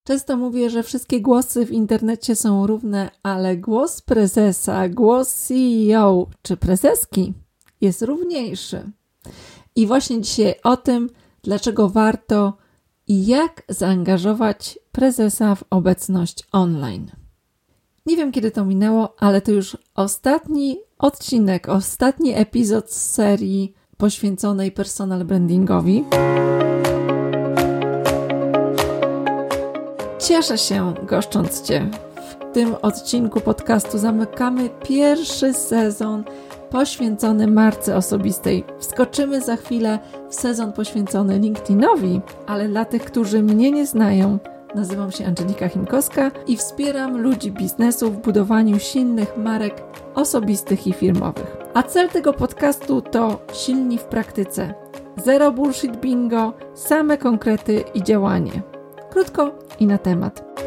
Często mówię, że wszystkie głosy w internecie są równe, ale głos prezesa, głos CEO czy prezeski jest równiejszy. I właśnie dzisiaj o tym, dlaczego warto i jak zaangażować prezesa w obecność online. Nie wiem, kiedy to minęło, ale to już ostatni odcinek, ostatni epizod z serii poświęconej personal brandingowi. Cieszę się, goszcząc Cię. W tym odcinku podcastu zamykamy pierwszy sezon poświęcony marce osobistej. Wskoczymy za chwilę w sezon poświęcony LinkedInowi, ale dla tych, którzy mnie nie znają, nazywam się Angelika Chinkowska i wspieram ludzi biznesu w budowaniu silnych marek osobistych i firmowych. A cel tego podcastu to silni w praktyce. Zero bullshit bingo, same konkrety i działanie. Krótko i na temat.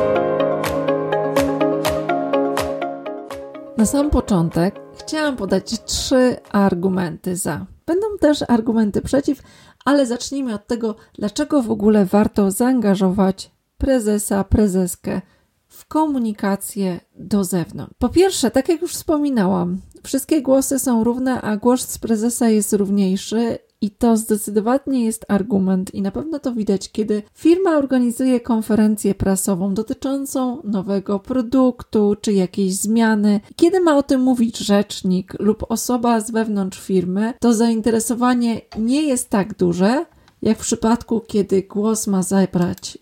Na sam początek chciałam podać 3 argumenty za. Będą też argumenty przeciw, ale zacznijmy od tego, dlaczego w ogóle warto zaangażować prezesa, prezeskę w komunikację do zewnątrz. Po pierwsze, tak jak już wspominałam, wszystkie głosy są równe, a głos prezesa jest równiejszy. I to zdecydowanie jest argument i na pewno to widać, kiedy firma organizuje konferencję prasową dotyczącą nowego produktu czy jakiejś zmiany. Kiedy ma o tym mówić rzecznik lub osoba z wewnątrz firmy, to zainteresowanie nie jest tak duże, jak w przypadku, kiedy głos ma zabrać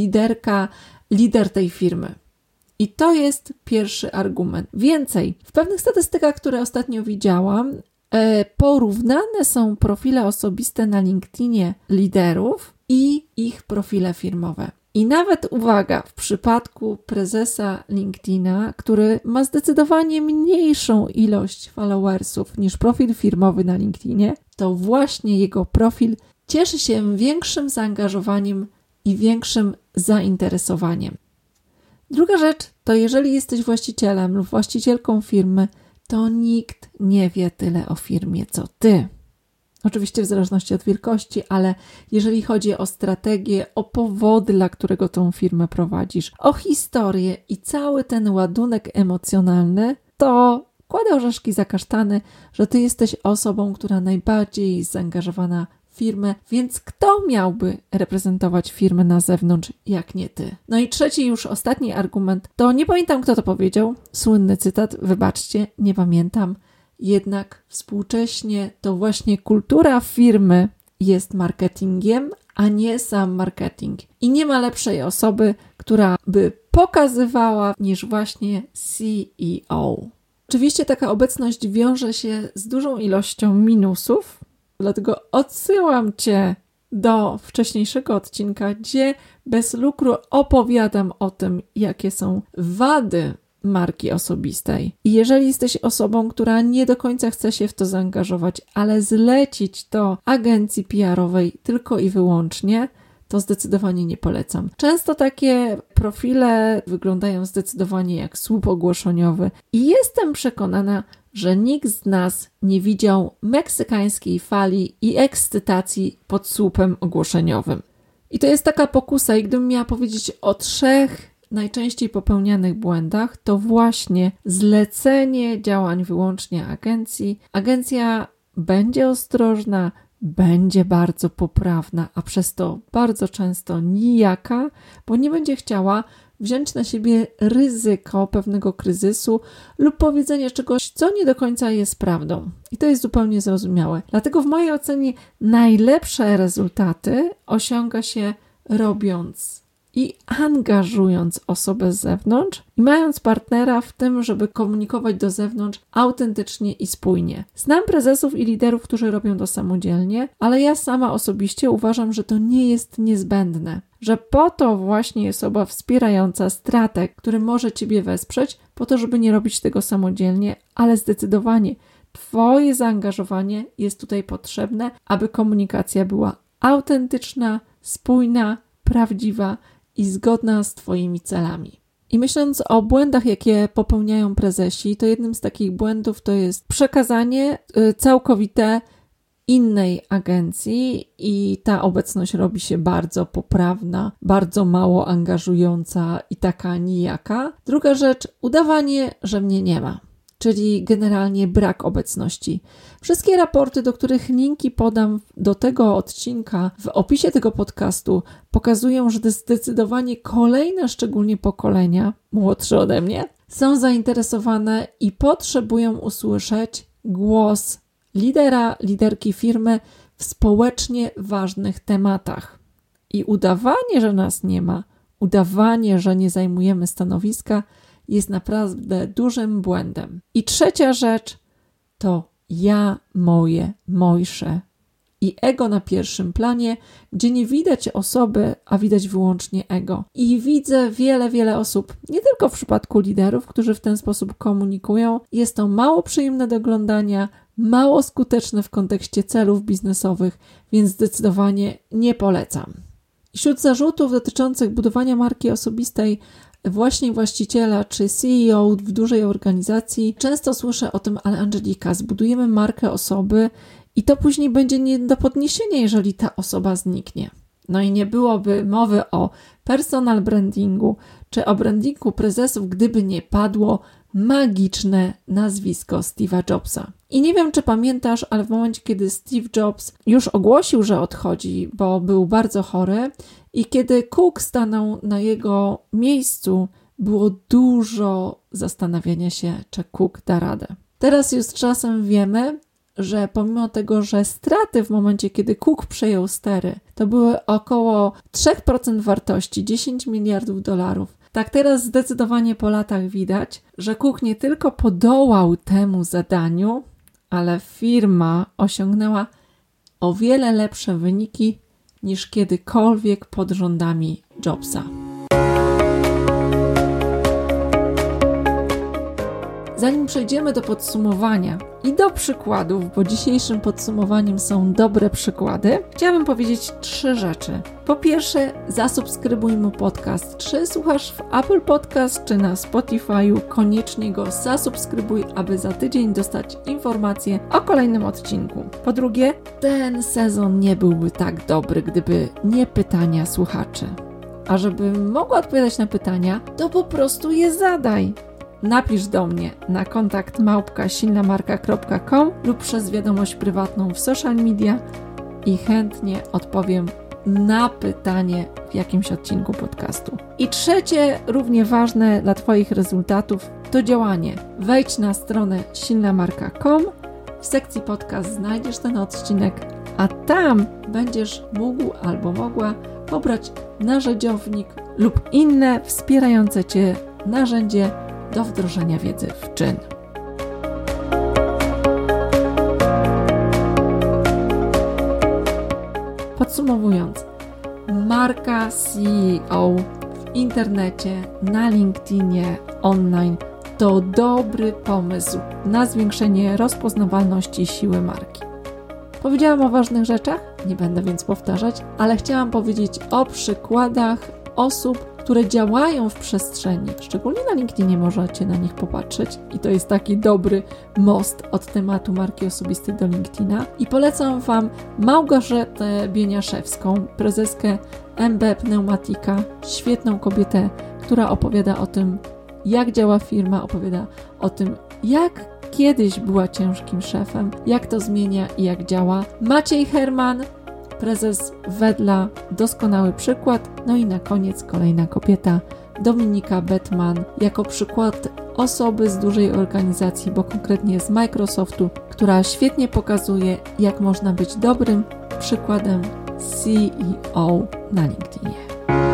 lider tej firmy. I to jest pierwszy argument. Więcej, w pewnych statystykach, które ostatnio widziałam, porównane są profile osobiste na LinkedInie liderów i ich profile firmowe. I nawet uwaga, w przypadku prezesa LinkedIna, który ma zdecydowanie mniejszą ilość followersów niż profil firmowy na LinkedInie, to właśnie jego profil cieszy się większym zaangażowaniem i większym zainteresowaniem. Druga rzecz to jeżeli jesteś właścicielem lub właścicielką firmy, to nikt nie wie tyle o firmie, co ty. Oczywiście w zależności od wielkości, ale jeżeli chodzi o strategię, o powody, dla którego tą firmę prowadzisz, o historię i cały ten ładunek emocjonalny, to kładę orzeszki za kasztany, że ty jesteś osobą, która najbardziej jest zaangażowana w firmę, więc kto miałby reprezentować firmę na zewnątrz, jak nie ty? No i trzeci, już ostatni argument, to nie pamiętam, kto to powiedział, słynny cytat, wybaczcie, nie pamiętam, jednak współcześnie to właśnie kultura firmy jest marketingiem, a nie sam marketing. I nie ma lepszej osoby, która by pokazywała niż właśnie CEO. Oczywiście taka obecność wiąże się z dużą ilością minusów, dlatego odsyłam Cię do wcześniejszego odcinka, gdzie bez lukru opowiadam o tym, jakie są wady marki osobistej. I jeżeli jesteś osobą, która nie do końca chce się w to zaangażować, ale zlecić to agencji PR-owej tylko i wyłącznie, to zdecydowanie nie polecam. Często takie profile wyglądają zdecydowanie jak słup ogłoszeniowy i jestem przekonana, że nikt z nas nie widział meksykańskiej fali i ekscytacji pod słupem ogłoszeniowym. I to jest taka pokusa i gdybym miała powiedzieć o 3 najczęściej popełnianych błędach, to właśnie zlecenie działań wyłącznie agencji. Agencja będzie ostrożna, będzie bardzo poprawna, a przez to bardzo często nijaka, bo nie będzie chciała wziąć na siebie ryzyko pewnego kryzysu lub powiedzenia czegoś, co nie do końca jest prawdą. I to jest zupełnie zrozumiałe. Dlatego w mojej ocenie najlepsze rezultaty osiąga się robiąc i angażując osobę z zewnątrz i mając partnera w tym, żeby komunikować do zewnątrz autentycznie i spójnie. Znam prezesów i liderów, którzy robią to samodzielnie, ale ja sama osobiście uważam, że to nie jest niezbędne. Że po to właśnie jest osoba wspierająca, strateg, który może Ciebie wesprzeć, po to, żeby nie robić tego samodzielnie, ale zdecydowanie Twoje zaangażowanie jest tutaj potrzebne, aby komunikacja była autentyczna, spójna, prawdziwa i zgodna z Twoimi celami. I myśląc o błędach, jakie popełniają prezesi, to jednym z takich błędów to jest przekazanie całkowite innej agencji i ta obecność robi się bardzo poprawna, bardzo mało angażująca i taka nijaka. Druga rzecz, udawanie, że mnie nie ma, czyli generalnie brak obecności. Wszystkie raporty, do których linki podam do tego odcinka w opisie tego podcastu, pokazują, że zdecydowanie kolejne, szczególnie pokolenia młodsze ode mnie, są zainteresowane i potrzebują usłyszeć głos lidera, liderki firmy w społecznie ważnych tematach. I udawanie, że nas nie ma, udawanie, że nie zajmujemy stanowiska, jest naprawdę dużym błędem. I trzecia rzecz to ja, moje, mojsze i ego na pierwszym planie, gdzie nie widać osoby, a widać wyłącznie ego. I widzę wiele osób, nie tylko w przypadku liderów, którzy w ten sposób komunikują. Jest to mało przyjemne do oglądania, mało skuteczne w kontekście celów biznesowych, więc zdecydowanie nie polecam. Wśród zarzutów dotyczących budowania marki osobistej właśnie właściciela czy CEO w dużej organizacji często słyszę o tym, ale Angelika, zbudujemy markę osoby i to później będzie nie do podniesienia, jeżeli ta osoba zniknie. No i nie byłoby mowy o personal brandingu czy o brandingu prezesów, gdyby nie padło magiczne nazwisko Steve'a Jobsa. I nie wiem, czy pamiętasz, ale w momencie, kiedy Steve Jobs już ogłosił, że odchodzi, bo był bardzo chory i kiedy Cook stanął na jego miejscu, było dużo zastanawiania się, czy Cook da radę. Teraz już z czasem wiemy, że pomimo tego, że straty w momencie, kiedy Cook przejął stery, to były około 3% wartości, 10 miliardów dolarów. Tak teraz zdecydowanie po latach widać, że Cook nie tylko podołał temu zadaniu, ale firma osiągnęła o wiele lepsze wyniki niż kiedykolwiek pod rządami Jobsa. Zanim przejdziemy do podsumowania i do przykładów, bo dzisiejszym podsumowaniem są dobre przykłady, chciałabym powiedzieć 3 rzeczy. Po pierwsze, zasubskrybuj mój podcast. Czy słuchasz w Apple Podcast, czy na Spotify'u, koniecznie go zasubskrybuj, aby za tydzień dostać informacje o kolejnym odcinku. Po drugie, ten sezon nie byłby tak dobry, gdyby nie pytania słuchaczy. A żebym mogła odpowiadać na pytania, to po prostu je zadaj. Napisz do mnie na kontakt @silnamarka.com lub przez wiadomość prywatną w social media i chętnie odpowiem na pytanie w jakimś odcinku podcastu. I trzecie, równie ważne dla Twoich rezultatów, to działanie. Wejdź na stronę silnamarka.com, w sekcji podcast znajdziesz ten odcinek, a tam będziesz mógł albo mogła pobrać narzędziownik lub inne wspierające Cię narzędzie do wdrożenia wiedzy w czyn. Podsumowując, marka CEO w internecie, na LinkedInie, online to dobry pomysł na zwiększenie rozpoznawalności i siły marki. Powiedziałam o ważnych rzeczach, nie będę więc powtarzać, ale chciałam powiedzieć o przykładach osób, które działają w przestrzeni, szczególnie na LinkedInie możecie na nich popatrzeć i to jest taki dobry most od tematu marki osobistej do LinkedIna. I polecam Wam Małgorzatę Bieniaszewską, prezeskę MB Pneumatika, świetną kobietę, która opowiada o tym, jak działa firma, opowiada o tym, jak kiedyś była ciężkim szefem, jak to zmienia i jak działa. Maciej Herman, prezes Wedla, doskonały przykład. No i na koniec kolejna kobieta, Dominika Bettman, jako przykład osoby z dużej organizacji, bo konkretnie z Microsoftu, która świetnie pokazuje, jak można być dobrym przykładem CEO na LinkedInie.